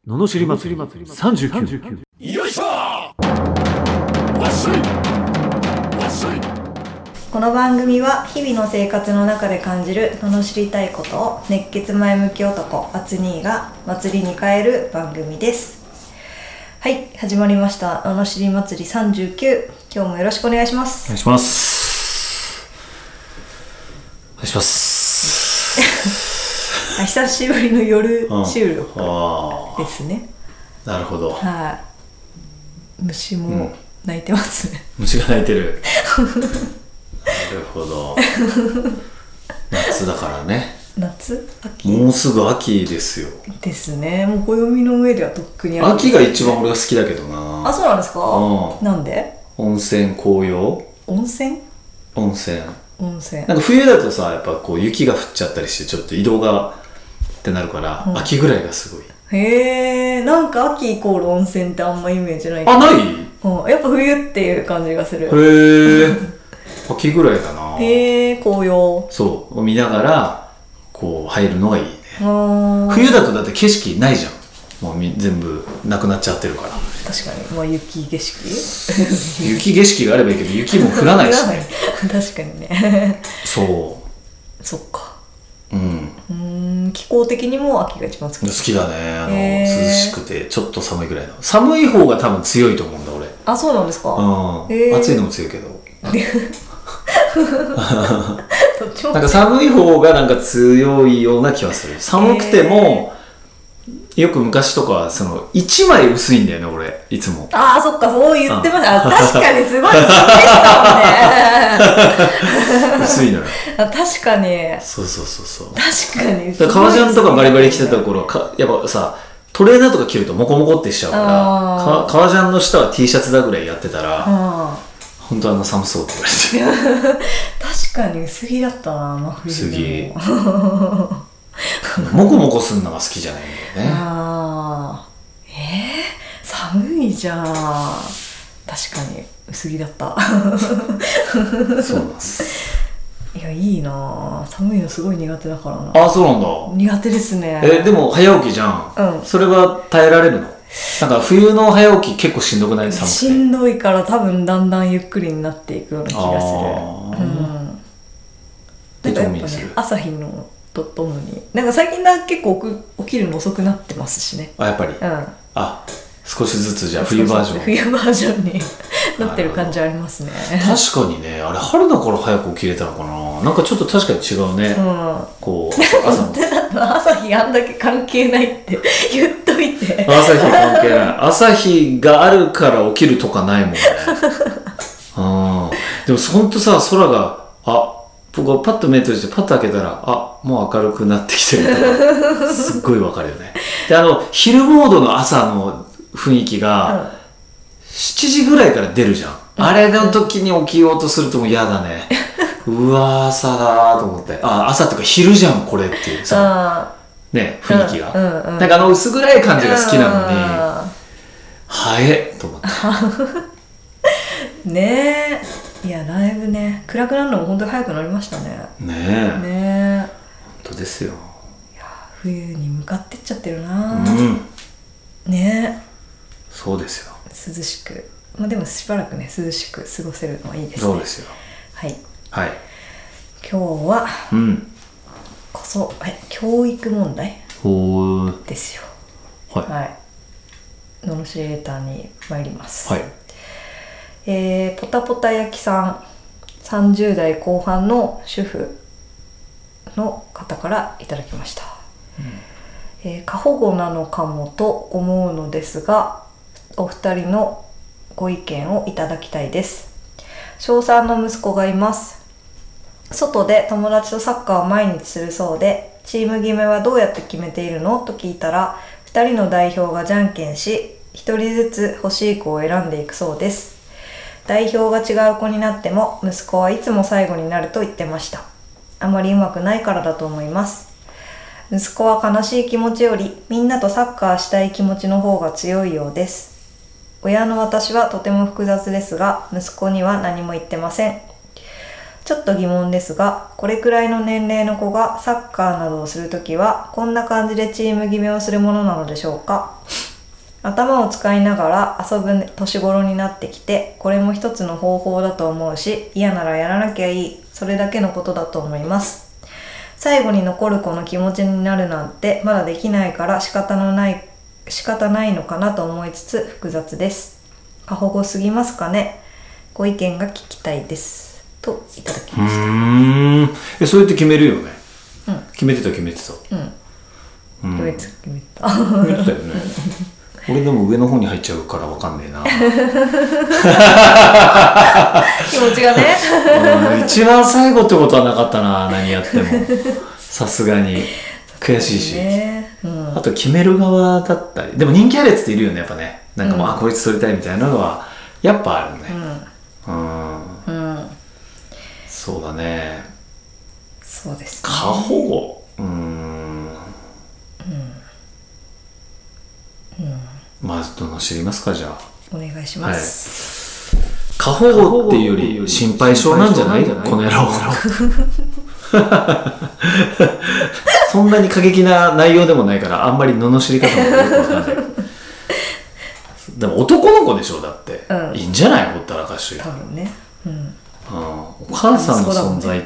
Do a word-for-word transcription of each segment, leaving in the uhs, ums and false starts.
ののしり祭りさんじゅうきゅう。 よいしょわっしょいわっしょい。 この番組は日々の生活の中で感じる罵りたいことを熱血前向き男アツニーが祭りに変える番組です。はい、始まりました罵り祭りさんじゅうきゅう。今日もよろしくお願いします。 お願いしますお願いします久しぶりの夜収録ですね。 なるほど。 はい、虫も鳴いてますね、 うん、虫が鳴いてるなるほど夏だからね。 夏秋もうすぐ秋ですよ。 ですね。もう暦の上ではとっくに秋が一番俺が好きだけどな。 あ、そうなんですか、うん、なんで？ 温泉紅葉。 温泉温泉温泉なんか冬だとさ、やっぱこう雪が降っちゃったりしてちょっと移動がってなるから、うん、秋ぐらいがすごい。 へー、なんか秋イコール温泉ってあんまイメージないけど。 あ、ない？ うん、やっぱ冬っていう感じがする。 へー秋ぐらいかな。 へー、紅葉そうを見ながらこう入るのがいいね。冬だとだって景色ないじゃん。もう全部なくなっちゃってるから。 確かに、まあ雪景色雪景色があればいいけど雪も降らないしね確かにねそうそっか。 うん、 うーん、気候的にも秋が一番好き。 好きだね。あの涼しくてちょっと寒いぐらいの。寒い方が多分強いと思うんだ俺。 あ、そうなんですか。 うん、暑いのも強いけどなんか寒い方がなんか強いような気はする。寒くてもよく昔とかそのいちまい薄いんだよね俺いつも。 ああ、そっか、そう言ってました。確かにすごい薄いしたもんね薄いのよ確かに。そうそうそうそう。 確かに。 だから革ジャンとかバリバリ着てた頃かやっぱさトレーナーとか着るとモコモコってしちゃうから革ジャンの下は T シャツだぐらいやってたら本当あんな寒そうって言われて確かに薄着だったな真冬でも。 薄着モコモコするのが好きじゃないんだよね。 ああ、えー、寒いじゃん。確かに薄着だったそうなんです。 いや、いいな。寒いのすごい苦手だからな。 あ、そうなんだ。 苦手ですね。 え、でも早起きじゃん、うん、それは耐えられるの？なんか冬の早起き結構しんどくない？寒くてしんどいから多分だんだんゆっくりになっていくような気がする。うん、 でなんかやっぱね、朝日のとともになんか最近だ結構起きるの遅くなってますしね。 あ、やっぱり、うん、あ、少しずつじゃあ冬バージョン冬バージョンになってる感じありますね。 確かにね。あれ春だから早く起きれたのかな。なんかちょっと確かに違うね、うん、こう朝朝日あんだけ関係ないって言っといて朝日関係ない。朝日があるから起きるとかないもんねうんでもほんとさ、空があ僕はパッと目閉じてパッと開けたらあもう明るくなってきてるとかすっごいわかるよね。であの昼モードの朝の雰囲気が、うん、しちじぐらいから出るじゃん、うん、あれの時に起きようとするともう嫌だねうわ朝だーと思って、あ朝っていうか昼じゃんこれっていうさね雰囲気が、うんうんうん、なんかあの薄暗い感じが好きなのに、うん、はえと思ってねえ。いやだいぶね暗くなるのも本当に早くなりましたね。 ねえねえ本当ですよ。 いや冬に向かってっちゃってるな、うん、ねえそうですよ。 涼しく、まあでもしばらくね涼しく過ごせるのはいいですね。 そうですよ。 はいはい。 今日は、 うん、 こそえ教育問題ですよ。 はい、 はい、罵りレターに参ります。 はい。 えー、ポタポタ焼きさん、さんじゅう代後半の主婦の方からいただきました。うん、えー、過保護なのかもと思うのですが、お二人のご意見をいただきたいです。小さんの息子がいます。外で友達とサッカーを毎日するそうで、チーム決めはどうやって決めているのと聞いたら、ふたりの代表がじゃんけんし、ひとりずつ欲しい子を選んでいくそうです。代表が違う子になっても息子はいつも最後になると言ってました。あまりうまくないからだと思います。息子は悲しい気持ちよりみんなとサッカーしたい気持ちの方が強いようです。親の私はとても複雑ですが、息子には何も言ってません。ちょっと疑問ですが、これくらいの年齢の子がサッカーなどをするときはこんな感じでチーム決めをするものなのでしょうか。 頭を使いながら遊ぶ年頃になってきて、これも一つの方法だと思うし、嫌ならやらなきゃいい、それだけのことだと思います。最後に残る子の気持ちになるなんてまだできないから仕方のない仕方ないのかなと思いつつ複雑です。過保護すぎますかね。ご意見が聞きたいですといただきました。 うーんえそうやって決めるよね、 うん、 決めてた決めてたうん、 うん、 どうやって決めた決めてたよね俺でも上の方に入っちゃうからわかんねえな気持ちがねうん一番最後ってことはなかったな、何やってもさすがに悔しいし、 ねうん、 あと決める側だったり、でも人気あるやつっているよねやっぱね、なんかもう、 うん、 あこいつ撮りたいみたいなのはやっぱあるね、うん、 うん、うん、 そうだね。 そうですね。 過保護うーん、うんうん、まずどの知りますか、じゃあお願いします、 はい、過保護っていうより心配性なんじゃないこの野郎そんなに過激な内容でもないからあんまり罵り方もよくわかんないでも男の子でしょだって、うん、いいんじゃないほったらかしといて、 多分ね、うんうん、 お母さんの存在って、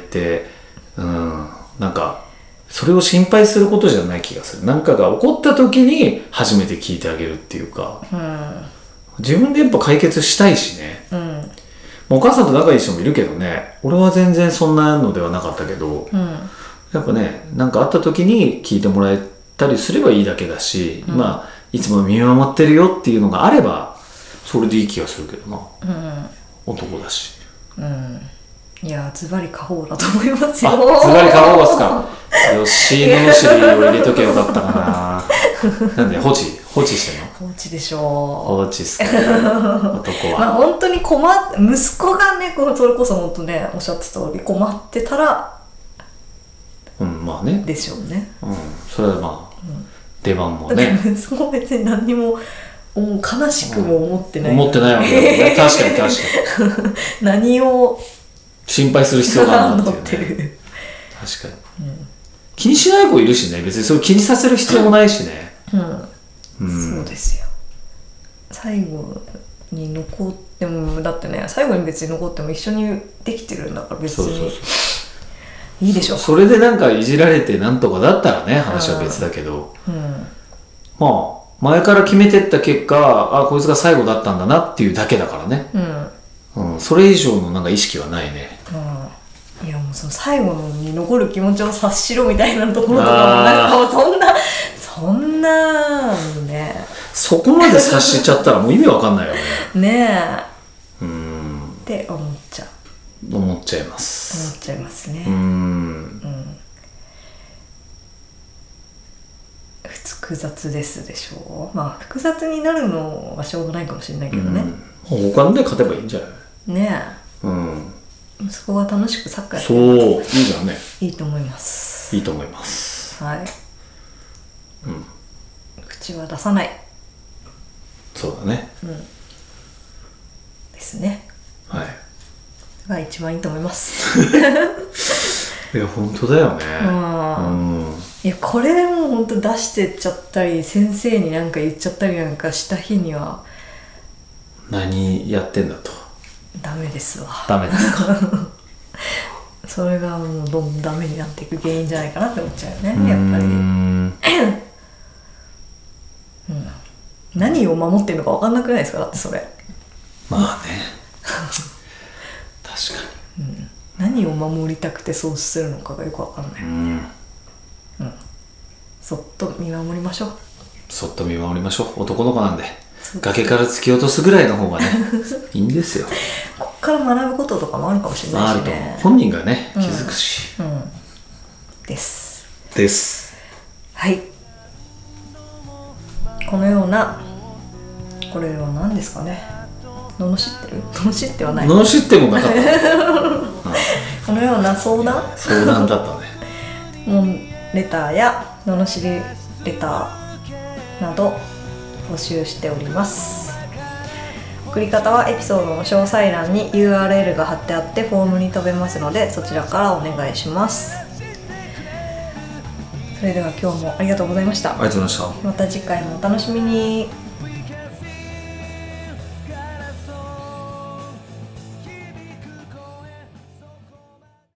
う、ね、うん、なんかそれを心配することじゃない気がする。なんかが起こった時に初めて聞いてあげるっていうか、うん、自分でやっぱ解決したいしね、うん、お母さんと仲いい人もいるけどね、俺は全然そんなのではなかったけど、うん、やっぱね、なんかあった時に聞いてもらえたりすればいいだけだし、うん、まあいつも見守ってるよっていうのがあればそれでいい気がするけどな、うん、男だし、 うん、いやズバリ過保護だと思いますよ。 あ、ズバリ過保護っすか。よし、ののしりを入れとけばよかったかな。なんで放置放置してんの？ 放置でしょう。 放置っすか、ね、男は。 まあ本当に困っ息子がね、それこそ本当ねおっしゃった通り困ってたら、 うんまあね。 でしょうね。 うん、それはまあ、うん、出番もね。 息子も別に何にも。もう悲しくも思ってない、 うん、思ってないわけだよね。確かに確かに何を心配する必要があるのっていうね確かに、うん、気にしない子いるしね、別にそれ気にさせる必要もないしね、うんうん、そうですよ。最後に残ってもだってね、最後に別に残っても一緒にできてるんだから別にそうそうそういいでしょう。 そ, それでなんかいじられてなんとかだったらね話は別だけど、うんうん、まあ前から決めてった結果、あこいつが最後だったんだなっていうだけだからね、うんうん、それ以上のなんか意識はないね、 うん、いやもうその最後に残る気持ちを察しろみたいなところとかもなんかそんなそんなねそこまで察しちゃったらもう意味わかんないよねねえうんって思っちゃう思っちゃいます思っちゃいますね。 うん、 うん複雑ですでしょう。まあ複雑になるのはしょうがないかもしれないけどね、 うん、他ので勝てばいいんじゃないねえ、うん、息子が楽しくサッカーやってるそういいじゃんね。 いいと思いますいいと思いますはい、 うん、 口は出さない。 そうだね、 うん、ですね。 はいが一番いいと思いますいや本当だよね、うん、 いやこれでもう本当出してっちゃったり先生になんか言っちゃったりなんかした日には何やってんだとダメですわ。 ダメですかそれがもうどんどんダメになっていく原因じゃないかなって思っちゃうよねやっぱり、うんうん、何を守ってるのか分かんなくないですかだってそれ。 まあね確かに、うん、何を守りたくてそうするのかがよく分かんない、うんうん、そっと見守りましょう。 そっと見守りましょう。男の子なんで崖から突き落とすぐらいの方がねいいんですよ。 こっから学ぶこととかもあるかもしれないしね。あると思う。 本人がね、うん、気づくし、うんうん、 ですですはい。このようなこれは何ですかね。罵ってる罵ってはない。 罵ってもなかった、うん、 このような相談相談だったねもうレターや罵りレターなど募集しております。送り方はエピソードの詳細欄に ユーアールエル が貼ってあってフォームに飛べますのでそちらからお願いします。それでは今日もありがとうございました。 ありがとうございました。 また次回もお楽しみに。